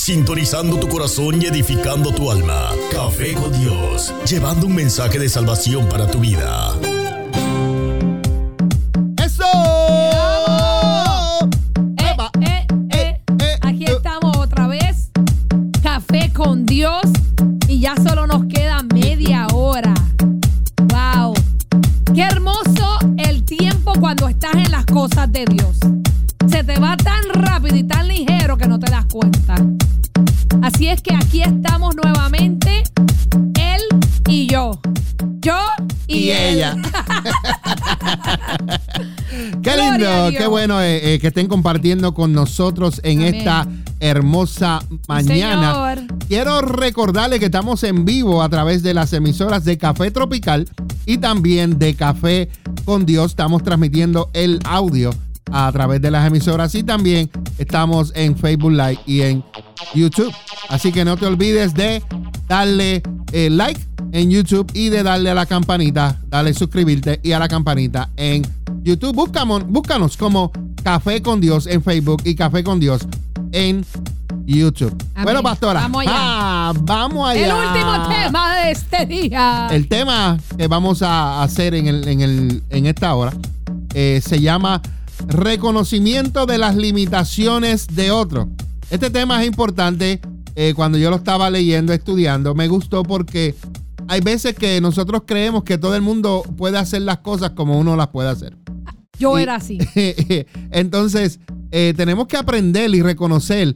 sintonizando tu corazón y edificando tu alma. Café con Dios, llevando un mensaje de salvación para tu vida. ¡Eso! Aquí estamos otra vez. Café con Dios. Y ya solo nos queda media hora. ¡Wow! ¡Qué hermoso el tiempo cuando estás en las cosas de Dios! Se te va tan rápido y tan ligero que no te das cuenta. Así es que aquí estamos nuevamente, él y yo. Yo y ella. Qué lindo, qué bueno que estén compartiendo con nosotros en Amén. Esta hermosa mañana. Señor. Quiero recordarles que estamos en vivo a través de las emisoras de Café Tropical y también de Café con Dios. Estamos transmitiendo el audio a través de las emisoras y también estamos en Facebook Live y en YouTube. Así que no te olvides de darle like en YouTube y de darle a la campanita, darle suscribirte y a la campanita en YouTube. Búscanos como Café con Dios en Facebook y Café con Dios en YouTube. Amén. Bueno, pastora, Vamos allá. Vamos allá. El último tema de este día. El tema que vamos a hacer en esta hora se llama reconocimiento de las limitaciones de otros. Este tema es importante. Cuando yo lo estaba leyendo, estudiando, me gustó porque hay veces que nosotros creemos que todo el mundo puede hacer las cosas como uno las puede hacer. Yo era así. Entonces, tenemos que aprender y reconocer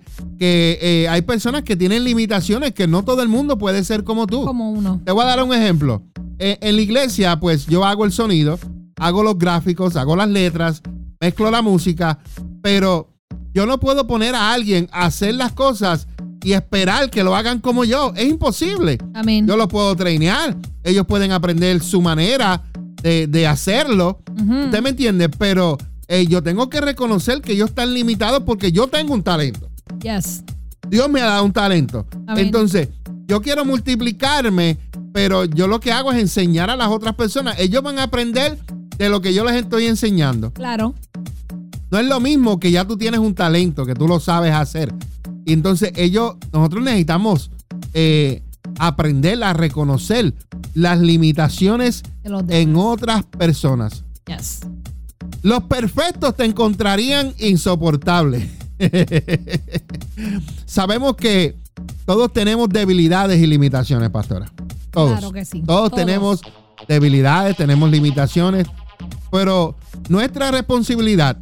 que hay personas que tienen limitaciones, que no todo el mundo puede ser como tú. Como uno. Te voy a dar un ejemplo. En la iglesia, pues yo hago el sonido, hago los gráficos, hago las letras, mezclo la música, pero yo no puedo poner a alguien a hacer las cosas y esperar que lo hagan como yo. Es imposible. Amén. Yo los puedo trainear. Ellos pueden aprender su manera de hacerlo. Ujú. ¿Usted me entiende? Pero yo tengo que reconocer que ellos están limitados porque yo tengo un talento. Yes. Dios me ha dado un talento. Amén. Entonces, yo quiero multiplicarme, pero yo lo que hago es enseñar a las otras personas. Ellos van a aprender de lo que yo les estoy enseñando. Claro. No es lo mismo que ya tú tienes un talento, que tú lo sabes hacer. Y entonces nosotros necesitamos aprender a reconocer las limitaciones De los en demás. otras personas. Yes. Los perfectos te encontrarían insoportable. Sabemos que todos tenemos debilidades y limitaciones, pastora. Todos. Claro que sí. Todos tenemos debilidades, tenemos limitaciones, pero nuestra responsabilidad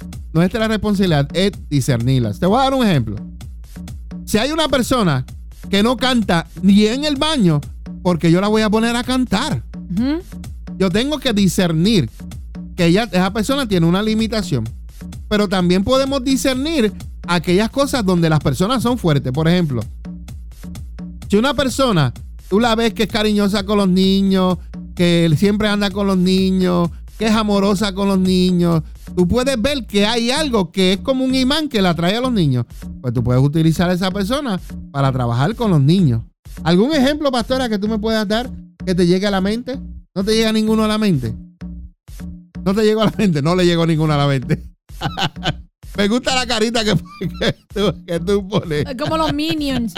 es discernirlas. Te voy a dar un ejemplo. Si hay una persona que no canta ni en el baño, porque yo la voy a poner a cantar. Ujú. Yo tengo que discernir que esa persona tiene una limitación. Pero también podemos discernir aquellas cosas donde las personas son fuertes. Por ejemplo, si una persona, tú la ves que es cariñosa con los niños, que siempre anda con los niños, que es amorosa con los niños, tú puedes ver que hay algo que es como un imán que la atrae a los niños. Pues tú puedes utilizar a esa persona para trabajar con los niños. ¿Algún ejemplo, pastora, que tú me puedas dar que te llegue a la mente? ¿No te llega ninguno a la mente? ¿No te llegó a la mente? No le llegó ninguno a la mente. Me gusta la carita que tú pones. Es como los Minions.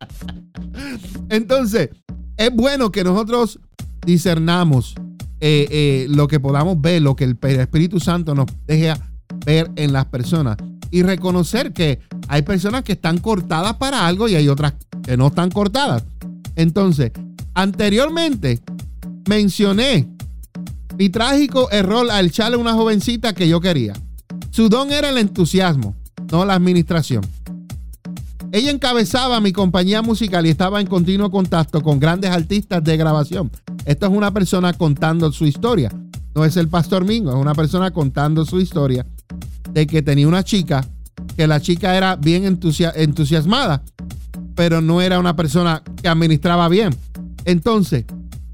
Entonces, es bueno que nosotros discernamos lo que podamos ver, lo que el Espíritu Santo nos deja ver en las personas y reconocer que hay personas que están cortadas para algo y hay otras que no están cortadas. Entonces, anteriormente mencioné mi trágico error al echarle a una jovencita que yo quería. Su don era el entusiasmo, no la administración. Ella encabezaba mi compañía musical y estaba en continuo contacto con grandes artistas de grabación. Esto es una persona contando su historia. No es el pastor Mingo, es una persona contando su historia de que tenía una chica, que la chica era bien entusiasmada, pero no era una persona que administraba bien. Entonces,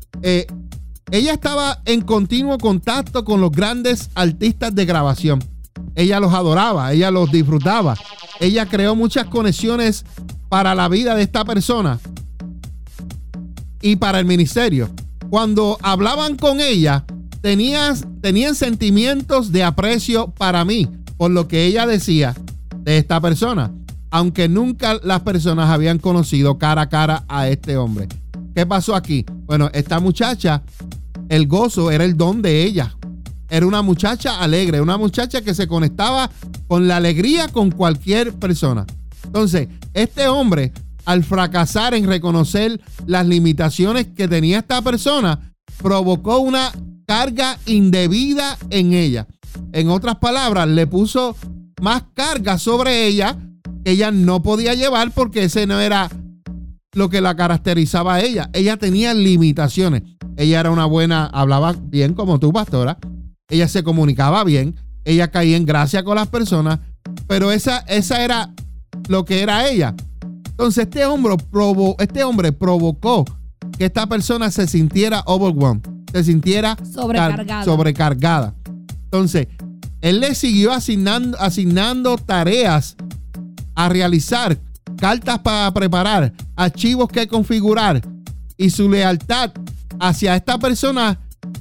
ella estaba en continuo contacto con los grandes artistas de grabación. Ella los adoraba, ella los disfrutaba. Ella creó muchas conexiones para la vida de esta persona y para el ministerio. Cuando hablaban con ella, tenían sentimientos de aprecio para mí por lo que ella decía de esta persona. aunque nunca las personas habían conocido cara a cara a este hombre. ¿Qué pasó aquí? Bueno, esta muchacha, el gozo era el don de ella. Era una muchacha alegre, una muchacha que se conectaba con la alegría con cualquier persona. Entonces, este hombre, al fracasar en reconocer las limitaciones que tenía esta persona, provocó una carga indebida en ella. En otras palabras, le puso más carga sobre ella que ella no podía llevar porque ese no era lo que la caracterizaba a ella. Ella tenía limitaciones. Ella era una buena, hablaba bien como tú, pastora. Ella se comunicaba bien. Ella caía en gracia con las personas. Pero esa era lo que era ella. Entonces este hombre provocó que esta persona se sintiera overwhelmed, se sintiera sobrecargada. Entonces, él le siguió asignando tareas a realizar, cartas para preparar, archivos que configurar, y su lealtad hacia esta persona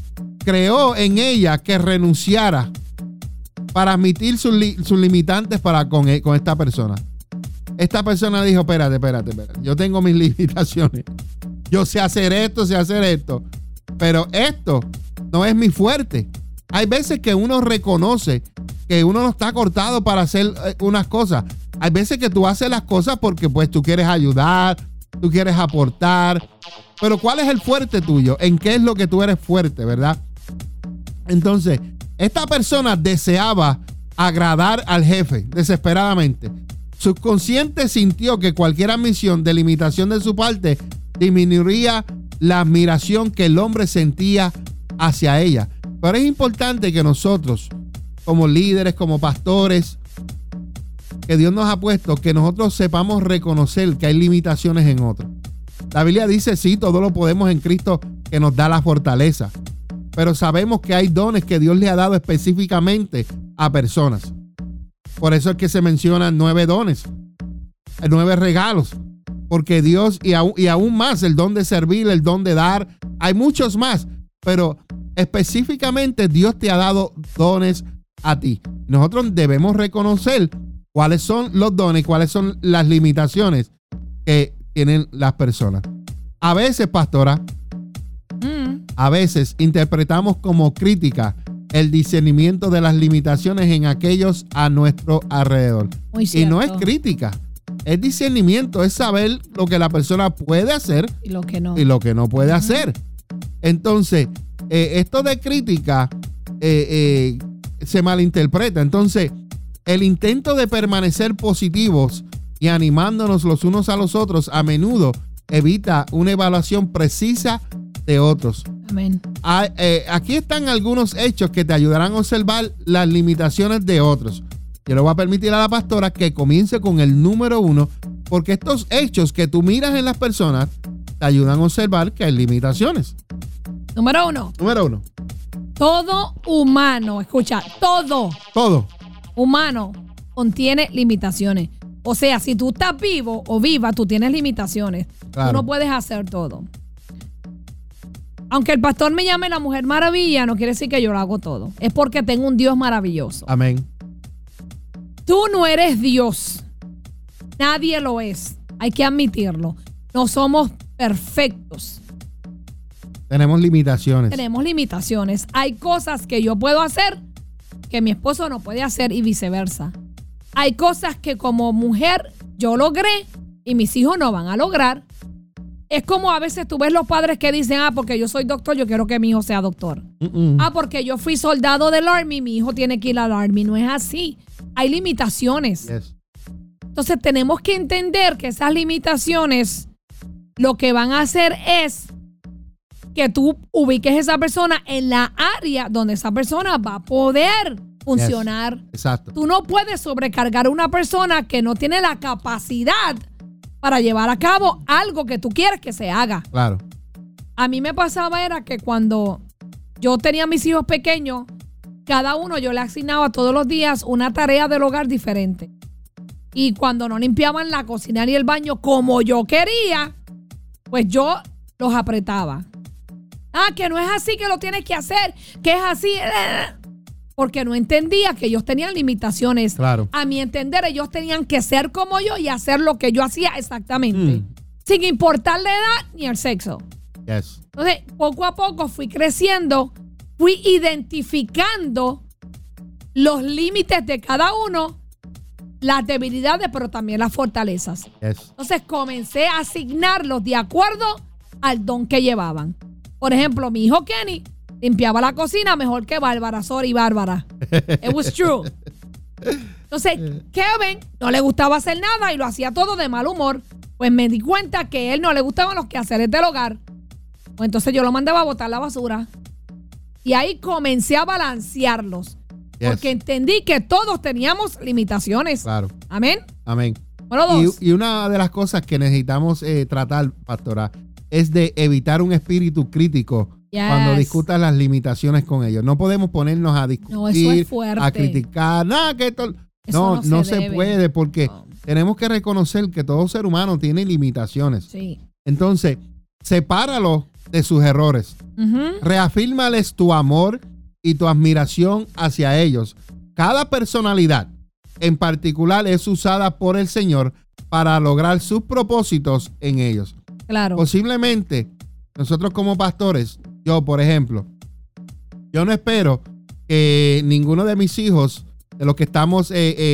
creó en ella que renunciara para admitir sus limitantes con esta persona. Esta persona dijo, espérate, yo tengo mis limitaciones. Yo sé hacer esto, pero esto no es mi fuerte. Hay veces que uno reconoce que uno no está cortado para hacer unas cosas. Hay veces que tú haces las cosas porque pues tú quieres ayudar, tú quieres aportar. Pero ¿cuál es el fuerte tuyo? ¿En qué es lo que tú eres fuerte, verdad? Entonces, esta persona deseaba agradar al jefe desesperadamente. Subconsciente sintió que cualquier admisión de limitación de su parte disminuiría la admiración que el hombre sentía hacia ella. Pero es importante que nosotros, como líderes, como pastores, que Dios nos ha puesto, que nosotros sepamos reconocer que hay limitaciones en otros. La Biblia dice, sí, todo lo podemos en Cristo que nos da la fortaleza. Pero sabemos que hay dones que Dios le ha dado específicamente a personas. Por eso es que se mencionan 9 dones, 9 regalos. Porque Dios, y aún más, el don de servir, el don de dar, hay muchos más. Pero específicamente Dios te ha dado dones a ti. Nosotros debemos reconocer cuáles son los dones, cuáles son las limitaciones que tienen las personas. A veces, pastora, a veces interpretamos como crítica el discernimiento de las limitaciones en aquellos a nuestro alrededor. Y no es crítica, es discernimiento, es saber lo que la persona puede hacer y lo que no puede hacer. Entonces, esto de crítica se malinterpreta. Entonces, el intento de permanecer positivos y animándonos los unos a los otros a menudo evita una evaluación precisa de otros. Amén. Aquí están algunos hechos que te ayudarán a observar las limitaciones de otros. Yo le voy a permitir a la pastora que comience con el número 1, porque estos hechos que tú miras en las personas te ayudan a observar que hay limitaciones. Número 1. Todo humano, escucha, todo humano contiene limitaciones. O sea, si tú estás vivo o viva, tú tienes limitaciones. Claro. Tú no puedes hacer todo. Aunque el pastor me llame la Mujer Maravilla, no quiere decir que yo lo hago todo. Es porque tengo un Dios maravilloso. Amén. Tú no eres Dios. Nadie lo es. Hay que admitirlo. No somos perfectos. Tenemos limitaciones. Hay cosas que yo puedo hacer que mi esposo no puede hacer y viceversa. Hay cosas que como mujer yo logré y mis hijos no van a lograr. Es como a veces tú ves los padres que dicen, porque yo soy doctor, yo quiero que mi hijo sea doctor. Porque yo fui soldado del Army, mi hijo tiene que ir al Army. No es así. Hay limitaciones. Yes. Entonces tenemos que entender que esas limitaciones lo que van a hacer es que tú ubiques a esa persona en la área donde esa persona va a poder funcionar. Yes. Exacto. Tú no puedes sobrecargar a una persona que no tiene la capacidad para llevar a cabo algo que tú quieres que se haga. Claro. A mí me pasaba era que cuando yo tenía mis hijos pequeños, cada uno yo le asignaba todos los días una tarea del hogar diferente. Y cuando no limpiaban la cocina ni el baño como yo quería, pues yo los apretaba. Que no es así que lo tienes que hacer, que es así. porque no entendía que ellos tenían limitaciones. Claro. A mi entender, ellos tenían que ser como yo y hacer lo que yo hacía exactamente, sin importar la edad ni el sexo. Yes. Entonces, poco a poco fui creciendo, fui identificando los límites de cada uno, las debilidades, pero también las fortalezas. Yes. Entonces, comencé a asignarlos de acuerdo al don que llevaban. Por ejemplo, mi hijo Kenny limpiaba la cocina mejor que Bárbara, sorry Bárbara. It was true. Entonces, Kevin no le gustaba hacer nada y lo hacía todo de mal humor. Pues me di cuenta que a él no le gustaban los quehaceres del hogar. Pues entonces yo lo mandaba a botar la basura. Y ahí comencé a balancearlos. Yes. Porque entendí que todos teníamos limitaciones. Claro. Amén. Amén. Bueno, dos. Y una de las cosas que necesitamos tratar, pastora, es de evitar un espíritu crítico cuando discutas las limitaciones con ellos. No podemos ponernos a discutir, No, eso es fuerte. a criticar, nada que esto. Eso No se puede, porque No. tenemos que reconocer que todo ser humano tiene limitaciones. Sí. Entonces, sepáralo de sus errores. Reafírmales tu amor y tu admiración hacia ellos. Cada personalidad en particular es usada por el Señor para lograr sus propósitos en ellos. Claro. Posiblemente nosotros como pastores, yo por ejemplo, yo no espero que ninguno de mis hijos, de los que estamos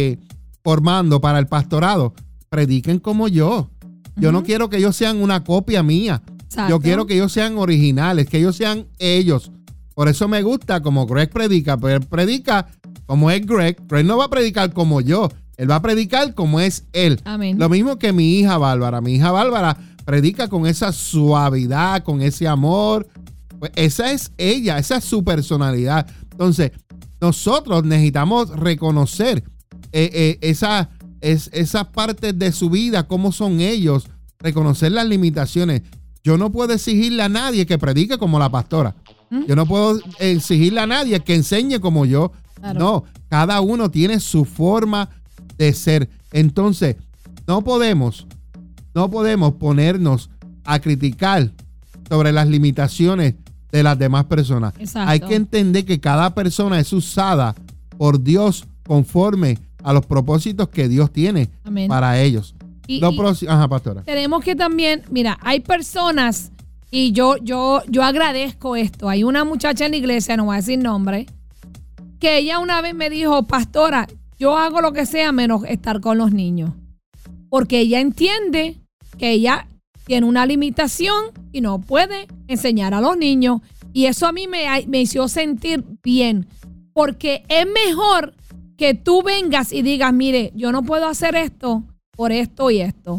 formando para el pastorado, prediquen como yo. Yo no quiero que ellos sean una copia mía. Exacto. Yo quiero que ellos sean originales, que ellos sean ellos. Por eso me gusta como Greg predica, pero él predica como es Greg. Greg no va a predicar como yo, él va a predicar como es él. Amén. Lo mismo que mi hija Bárbara. Mi hija Bárbara predica con esa suavidad, con ese amor. Pues esa es ella, esa es su personalidad. Entonces, nosotros necesitamos reconocer esas partes de su vida, cómo son ellos, reconocer las limitaciones. Yo no puedo exigirle a nadie que predique como la pastora. Yo no puedo exigirle a nadie que enseñe como yo. Claro. No, cada uno tiene su forma de ser. Entonces, no podemos ponernos a criticar sobre las limitaciones de las demás personas. Exacto. Hay que entender que cada persona es usada por Dios conforme a los propósitos que Dios tiene Amén. para ellos. Ajá, pastora. Tenemos que también, mira, hay personas, y yo agradezco esto. Hay una muchacha en la iglesia, no voy a decir nombre, que ella una vez me dijo, pastora, yo hago lo que sea menos estar con los niños. Porque ella entiende que ella tiene una limitación y no puede enseñar a los niños. Y eso a mí me hizo sentir bien. Porque es mejor que tú vengas y digas, mire, yo no puedo hacer esto por esto y esto,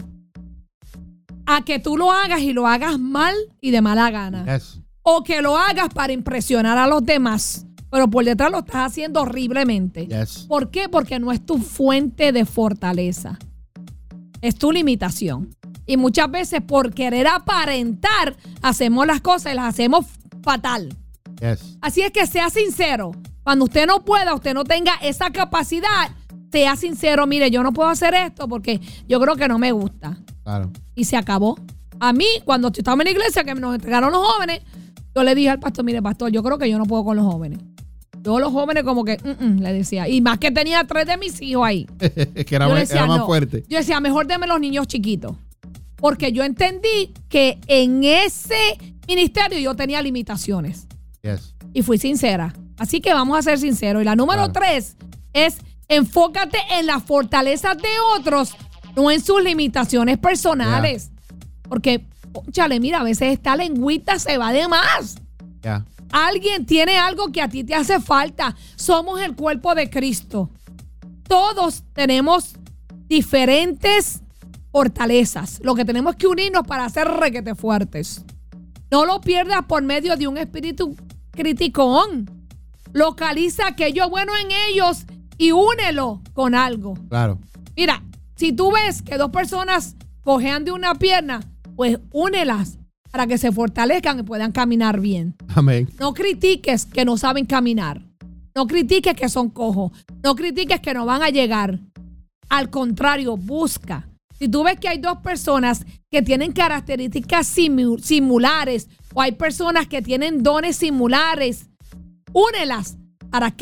a que tú lo hagas y lo hagas mal y de mala gana. Yes. O que lo hagas para impresionar a los demás, pero por detrás lo estás haciendo horriblemente. Yes. ¿Por qué? Porque no es tu fuente de fortaleza. Es tu limitación. Y muchas veces por querer aparentar, hacemos las cosas y las hacemos fatal. Yes. Así es que sea sincero. Cuando usted no pueda, usted no tenga esa capacidad, sea sincero. Mire, yo no puedo hacer esto porque yo creo que no me gusta. Claro. Y se acabó. A mí, cuando estaba en la iglesia, que nos entregaron los jóvenes, yo le dije al pastor, mire, pastor, yo creo que yo no puedo con los jóvenes. Yo los jóvenes como que, le decía. Y más que tenía 3 de mis hijos ahí. Que era más fuerte. Yo decía, mejor deme los niños chiquitos. Porque yo entendí que en ese ministerio yo tenía limitaciones. Yes. Y fui sincera. Así que vamos a ser sinceros. Y la número 3 es enfócate en las fortalezas de otros, no en sus limitaciones personales. Porque, chale, mira, a veces esta lengüita se va de más. Alguien tiene algo que a ti te hace falta. Somos el cuerpo de Cristo. Todos tenemos diferentes fortalezas. Lo que tenemos que unirnos para ser requete fuertes. No lo pierdas por medio de un espíritu criticón. Localiza aquello bueno en ellos y únelo con algo. Claro. Mira, si tú ves que 2 personas cojean de una pierna, pues únelas para que se fortalezcan y puedan caminar bien. Amén. No critiques que no saben caminar. No critiques que son cojos. No critiques que no van a llegar. Al contrario, busca. Si tú ves que hay 2 personas que tienen características similares o hay personas que tienen dones similares, únelas. ¿Para qué?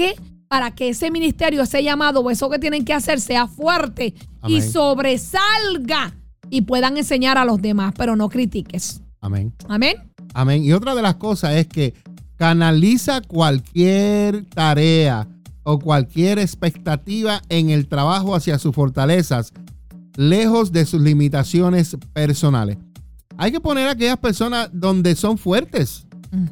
para que ese ministerio, ese llamado o eso que tienen que hacer sea fuerte y Amén. sobresalga y puedan enseñar a los demás, pero no critiques. Amén. Amén. Amén. Y otra de las cosas es que canaliza cualquier tarea o cualquier expectativa en el trabajo hacia sus fortalezas, lejos de sus limitaciones personales. Hay que poner a aquellas personas donde son fuertes.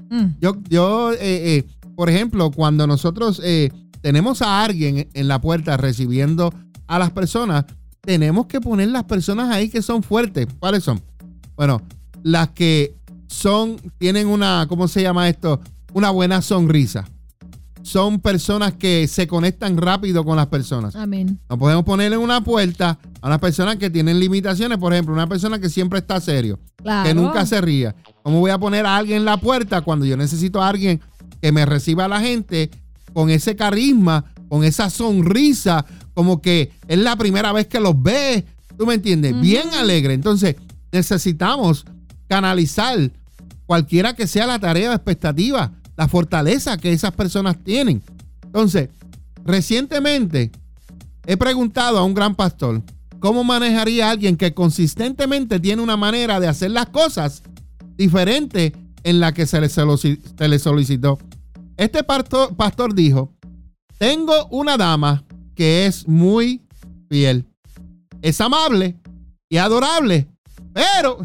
Yo por ejemplo, cuando nosotros tenemos a alguien en la puerta recibiendo a las personas, tenemos que poner las personas ahí que son fuertes. ¿Cuáles son? Bueno, las que tienen una, ¿cómo se llama esto? Una buena sonrisa. Son personas que se conectan rápido con las personas. Amén. No podemos poner en una puerta a unas personas que tienen limitaciones. Por ejemplo, una persona que siempre está serio, Claro. que nunca se ría. ¿Cómo voy a poner a alguien en la puerta cuando yo necesito a alguien que me reciba a la gente con ese carisma, con esa sonrisa, como que es la primera vez que los ve? ¿Tú me entiendes? Bien alegre. Entonces, necesitamos canalizar cualquiera que sea la tarea o expectativa, la fortaleza que esas personas tienen. Entonces, recientemente he preguntado a un gran pastor cómo manejaría a alguien que consistentemente tiene una manera de hacer las cosas diferente en la que se le solicitó. Este pastor dijo: tengo una dama que es muy fiel, es amable y adorable, pero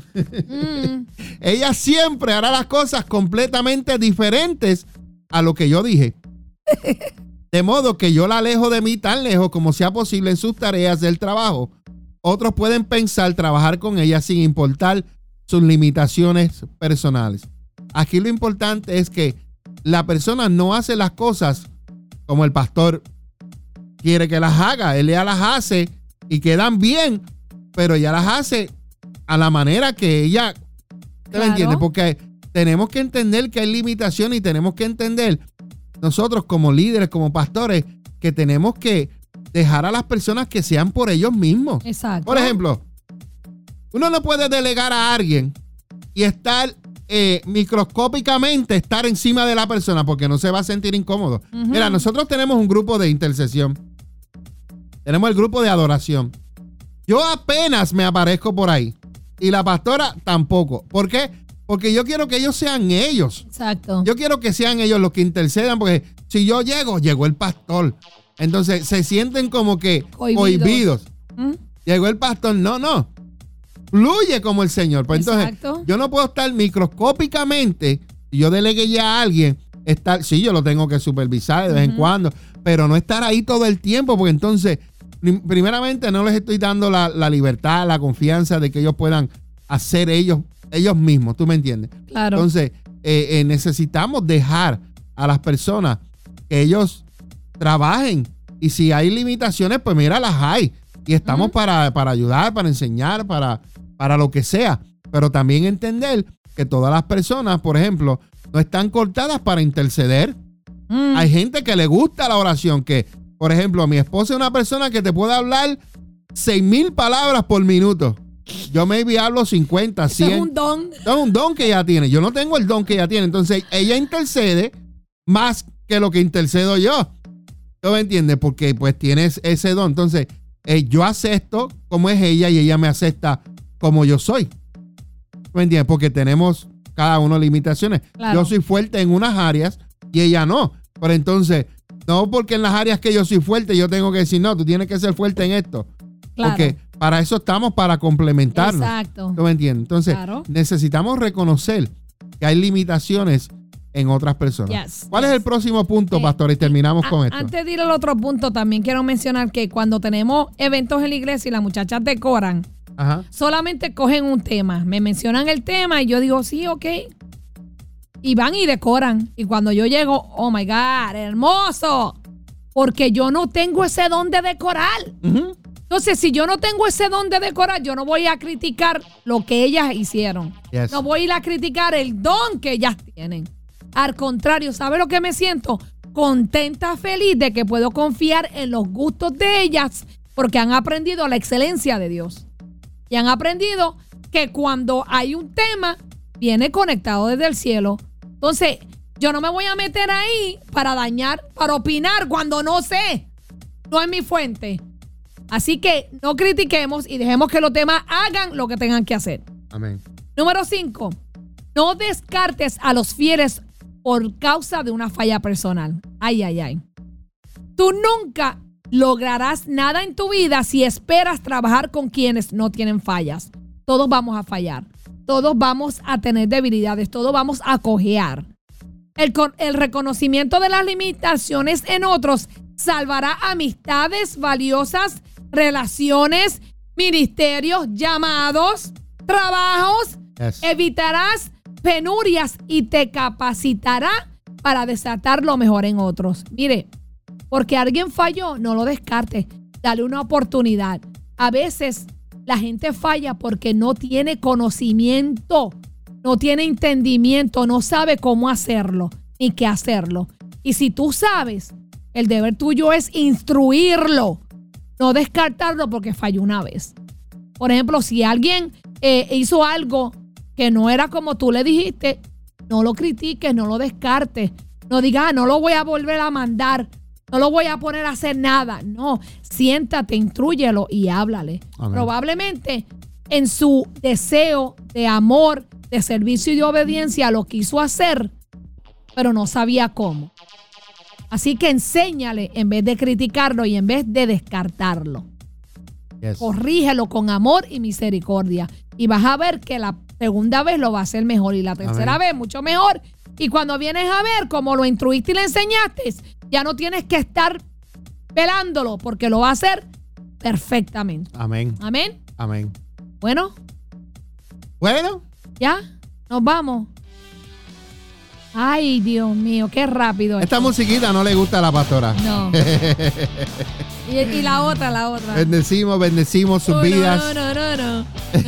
ella siempre hará las cosas completamente diferentes a lo que yo dije. De modo que yo la alejo de mí tan lejos como sea posible en sus tareas del trabajo. Otros pueden pensar trabajar con ella sin importar sus limitaciones personales. Aquí lo importante es que la persona no hace las cosas como el pastor quiere que las haga. Él ya las hace y quedan bien, pero ya las hace a la manera que ella, ¿te me entiendes? Porque tenemos que entender que hay limitaciones y tenemos que entender nosotros como líderes, como pastores, que tenemos que dejar a las personas que sean por ellos mismos. Exacto. Por ejemplo, uno no puede delegar a alguien y estar microscópicamente estar encima de la persona porque no se va a sentir incómodo. Mira, nosotros tenemos un grupo de intercesión. Tenemos el grupo de adoración. Yo apenas me aparezco por ahí y la pastora tampoco. ¿Por qué? Porque yo quiero que ellos sean ellos. Exacto. Yo quiero que sean ellos los que intercedan, porque si yo llegó el pastor. Entonces se sienten como que cohibidos. Llegó el pastor. No. Fluye como el Señor. Pues entonces, yo no puedo estar microscópicamente, si yo delegué ya a alguien, sí, yo lo tengo que supervisar de vez en cuando, pero no estar ahí todo el tiempo, porque entonces, primeramente, no les estoy dando la libertad, la confianza de que ellos puedan hacer ellos mismos. ¿Tú me entiendes? Claro. Entonces, necesitamos dejar a las personas que ellos trabajen. Y si hay limitaciones, pues mira, las hay. Y estamos para ayudar, para enseñar, para lo que sea. Pero también entender que todas las personas, por ejemplo, no están cortadas para interceder. Hay gente que le gusta la oración, que, por ejemplo, mi esposa es una persona que te puede hablar 6,000 palabras por minuto. Yo maybe hablo 50, 100. Es un don. Es un don que ella tiene. Yo no tengo el don que ella tiene. Entonces, ella intercede más que lo que intercedo yo. ¿Tú me entiendes? Porque pues tienes ese don. Entonces, yo acepto como es ella y ella me acepta como yo soy. ¿Me entiendes? Porque tenemos cada uno limitaciones. Claro. Yo soy fuerte en unas áreas y ella no. Pero entonces, no porque en las áreas que yo soy fuerte yo tengo que decir, no, tú tienes que ser fuerte en esto. Claro. Porque para eso estamos, para complementarnos. Exacto. ¿Tú me entiendes? Entonces, necesitamos reconocer que hay limitaciones en otras personas. ¿Cuál es el próximo punto, pastor? Y terminamos con esto. Antes de ir al otro punto, también quiero mencionar que cuando tenemos eventos en la iglesia y las muchachas decoran, solamente cogen un tema. Me mencionan el tema y yo digo, sí, ok. Y van y decoran. Y cuando yo llego, oh my God, hermoso. Porque yo no tengo ese don de decorar. Entonces, si yo no tengo ese don de decorar, yo no voy a criticar lo que ellas hicieron. No voy a ir a criticar el don que ellas tienen. Al contrario, ¿sabe lo que me siento? Contenta, feliz de que puedo confiar en los gustos de ellas porque han aprendido la excelencia de Dios. Y han aprendido que cuando hay un tema, viene conectado desde el cielo. Entonces, Yo no me voy a meter ahí para dañar, para opinar cuando no sé. No es mi fuente. Así que no critiquemos y dejemos que los demás hagan lo que tengan que hacer. Amén. Número 5. No descartes a los fieles por causa de una falla personal. Ay, ay, ay. Tú nunca lograrás nada en tu vida si esperas trabajar con quienes no tienen fallas. Todos vamos a fallar. Todos vamos a tener debilidades. Todos vamos a cojear. El reconocimiento de las limitaciones en otros salvará amistades valiosas, relaciones, ministerios, llamados, trabajos. Yes. Evitarás penurias y te capacitará para desatar lo mejor en otros. Mire, porque alguien falló, no lo descartes. Dale una oportunidad. A veces la gente falla porque no tiene conocimiento, no tiene entendimiento, no sabe cómo hacerlo ni qué hacerlo. Y si tú sabes, el deber tuyo es instruirlo, no descartarlo porque falló una vez. Por ejemplo, si alguien hizo algo que no era como tú le dijiste, no lo critiques, no lo descartes. No digas, no lo voy a volver a mandar, no lo voy a poner a hacer nada. No, siéntate, instrúyelo y háblale. Amén. Probablemente en su deseo de amor, de servicio y de obediencia lo quiso hacer, pero no sabía cómo. Así que enséñale en vez de criticarlo y en vez de descartarlo. Yes. Corrígelo con amor y misericordia. Y vas a ver que la segunda vez lo va a hacer mejor y la tercera vez mucho mejor. Y cuando vienes a ver cómo lo instruiste y le enseñaste, ya no tienes que estar velándolo porque lo va a hacer perfectamente. Amén. Amén. Amén. Bueno, ya nos vamos. Ay, Dios mío, qué rápido. Esta musiquita no le gusta a la pastora. No. y la otra. Bendecimos sus vidas. No.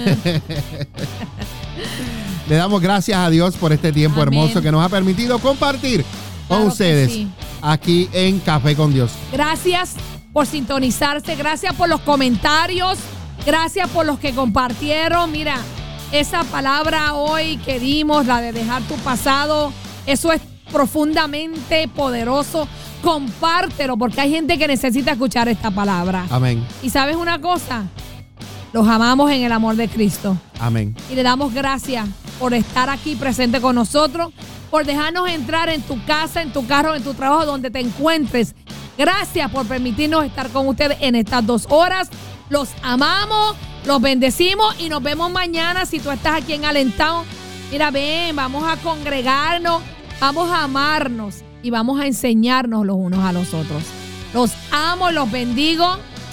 Le damos gracias a Dios por este tiempo Amén. hermoso que nos ha permitido compartir con Claro ustedes que sí. aquí en Café con Dios. Gracias por sintonizarse, gracias por los comentarios, gracias por los que compartieron. Mira, esa palabra hoy que dimos, la de dejar tu pasado, eso es profundamente poderoso. Compártelo porque hay gente que necesita escuchar esta palabra. Amén. Y ¿sabes una cosa? Los amamos en el amor de Cristo. Amén. Y le damos gracias por estar aquí presente con nosotros, por dejarnos entrar en tu casa, en tu carro, en tu trabajo, donde te encuentres. Gracias por permitirnos estar con ustedes en estas 2 horas. Los amamos, los bendecimos y nos vemos mañana si tú estás aquí en Allentown. Mira, ven, vamos a congregarnos, vamos a amarnos y vamos a enseñarnos los unos a los otros. Los amo, los bendigo.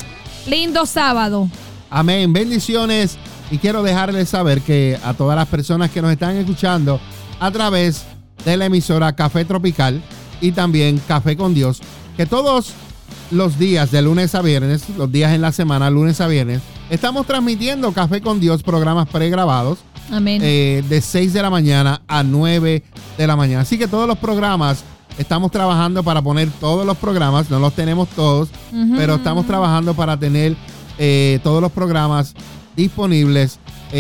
Lindo sábado. Amén. Bendiciones. Y quiero dejarles saber que a todas las personas que nos están escuchando a través de la emisora Café Tropical y también Café con Dios, que todos los días de lunes a viernes, los días en la semana, lunes a viernes, estamos transmitiendo Café con Dios, programas pregrabados. Amén. De 6 de la mañana a 9 de la mañana. Así que todos los programas, estamos trabajando para poner todos los programas, no los tenemos todos, pero estamos trabajando para tener todos los programas disponibles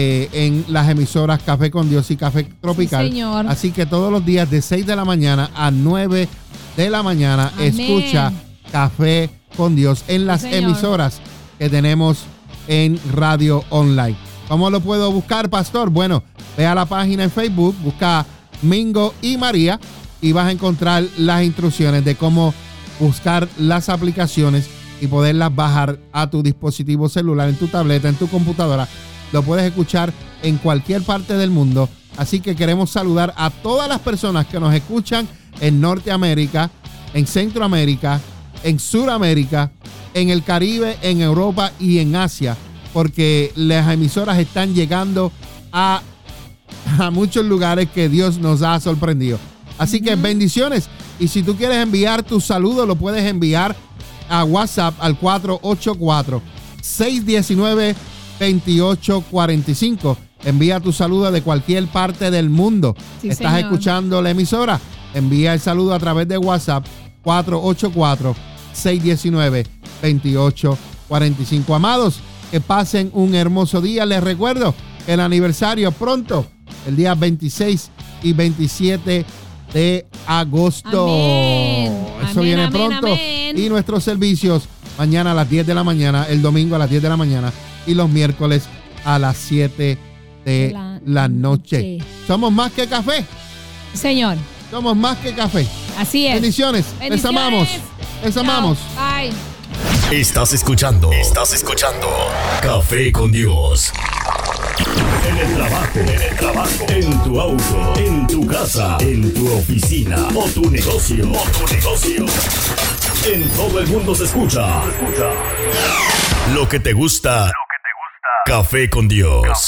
en las emisoras Café con Dios y Café Tropical. Sí, señor. Así que todos los días de 6 de la mañana a 9 de la mañana, Amén. escucha Café con Dios en las señor. emisoras que tenemos en radio online. ¿Cómo lo puedo buscar, pastor? Bueno, ve a la página en Facebook, busca Mingo y María y vas a encontrar las instrucciones de cómo buscar las aplicaciones y poderlas bajar a tu dispositivo celular, en tu tableta, en tu computadora. Lo puedes escuchar en cualquier parte del mundo. Así que queremos saludar a todas las personas que nos escuchan en Norteamérica, en Centroamérica, en Suramérica, en el Caribe, en Europa y en Asia, porque las emisoras están llegando a muchos lugares que Dios nos ha sorprendido. Así que bendiciones. Y si tú quieres enviar tu saludo, lo puedes enviar a WhatsApp al 484-619-2845. Envía tu saludo de cualquier parte del mundo. Sí, ¿Estás señor. escuchando la emisora? Envía el saludo a través de WhatsApp 484-619-2845. Amados, que pasen un hermoso día. Les recuerdo que el aniversario pronto, el día 26 y 27 de agosto. Amén. Eso Amén, viene amén, pronto. amén. Y nuestros servicios mañana a las 10 de la mañana, el domingo a las 10 de la mañana y los miércoles a las 7 de la noche. Somos más que café. Señor. Somos más que café. Así es. Bendiciones. Les amamos. Les amamos. Bye. Estás escuchando Café con Dios. En el trabajo, en tu auto, en tu casa, en tu oficina o tu negocio. En todo el mundo se escucha. Lo que te gusta. Café con Dios.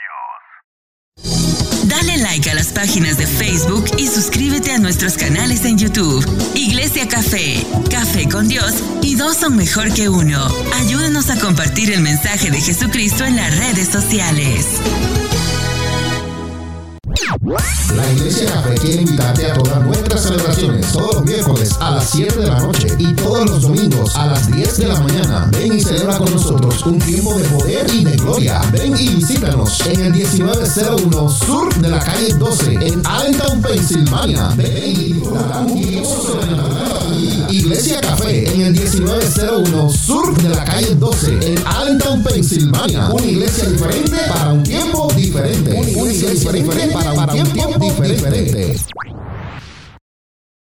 Dale like a las páginas de Facebook y suscríbete a nuestros canales en YouTube. Iglesia Café, Café con Dios y dos son mejor que uno. Ayúdanos a compartir el mensaje de Jesucristo en las redes sociales. La Iglesia Café quiere invitarte a todas nuestras celebraciones todos los miércoles a las 7 de la noche y todos los domingos a las 10 de la mañana. Ven y celebra con nosotros un tiempo de poder y de gloria. Ven y visítanos en el 1901 Sur de la calle 12 en Allentown, Pensilvania. Ven y disfruta un tiempo sobrenatural. Iglesia Café en el 1901 Sur de la calle 12 en Allentown, Pensilvania. Una iglesia diferente para un tiempo diferente. Una iglesia diferente para un tiempo diferente.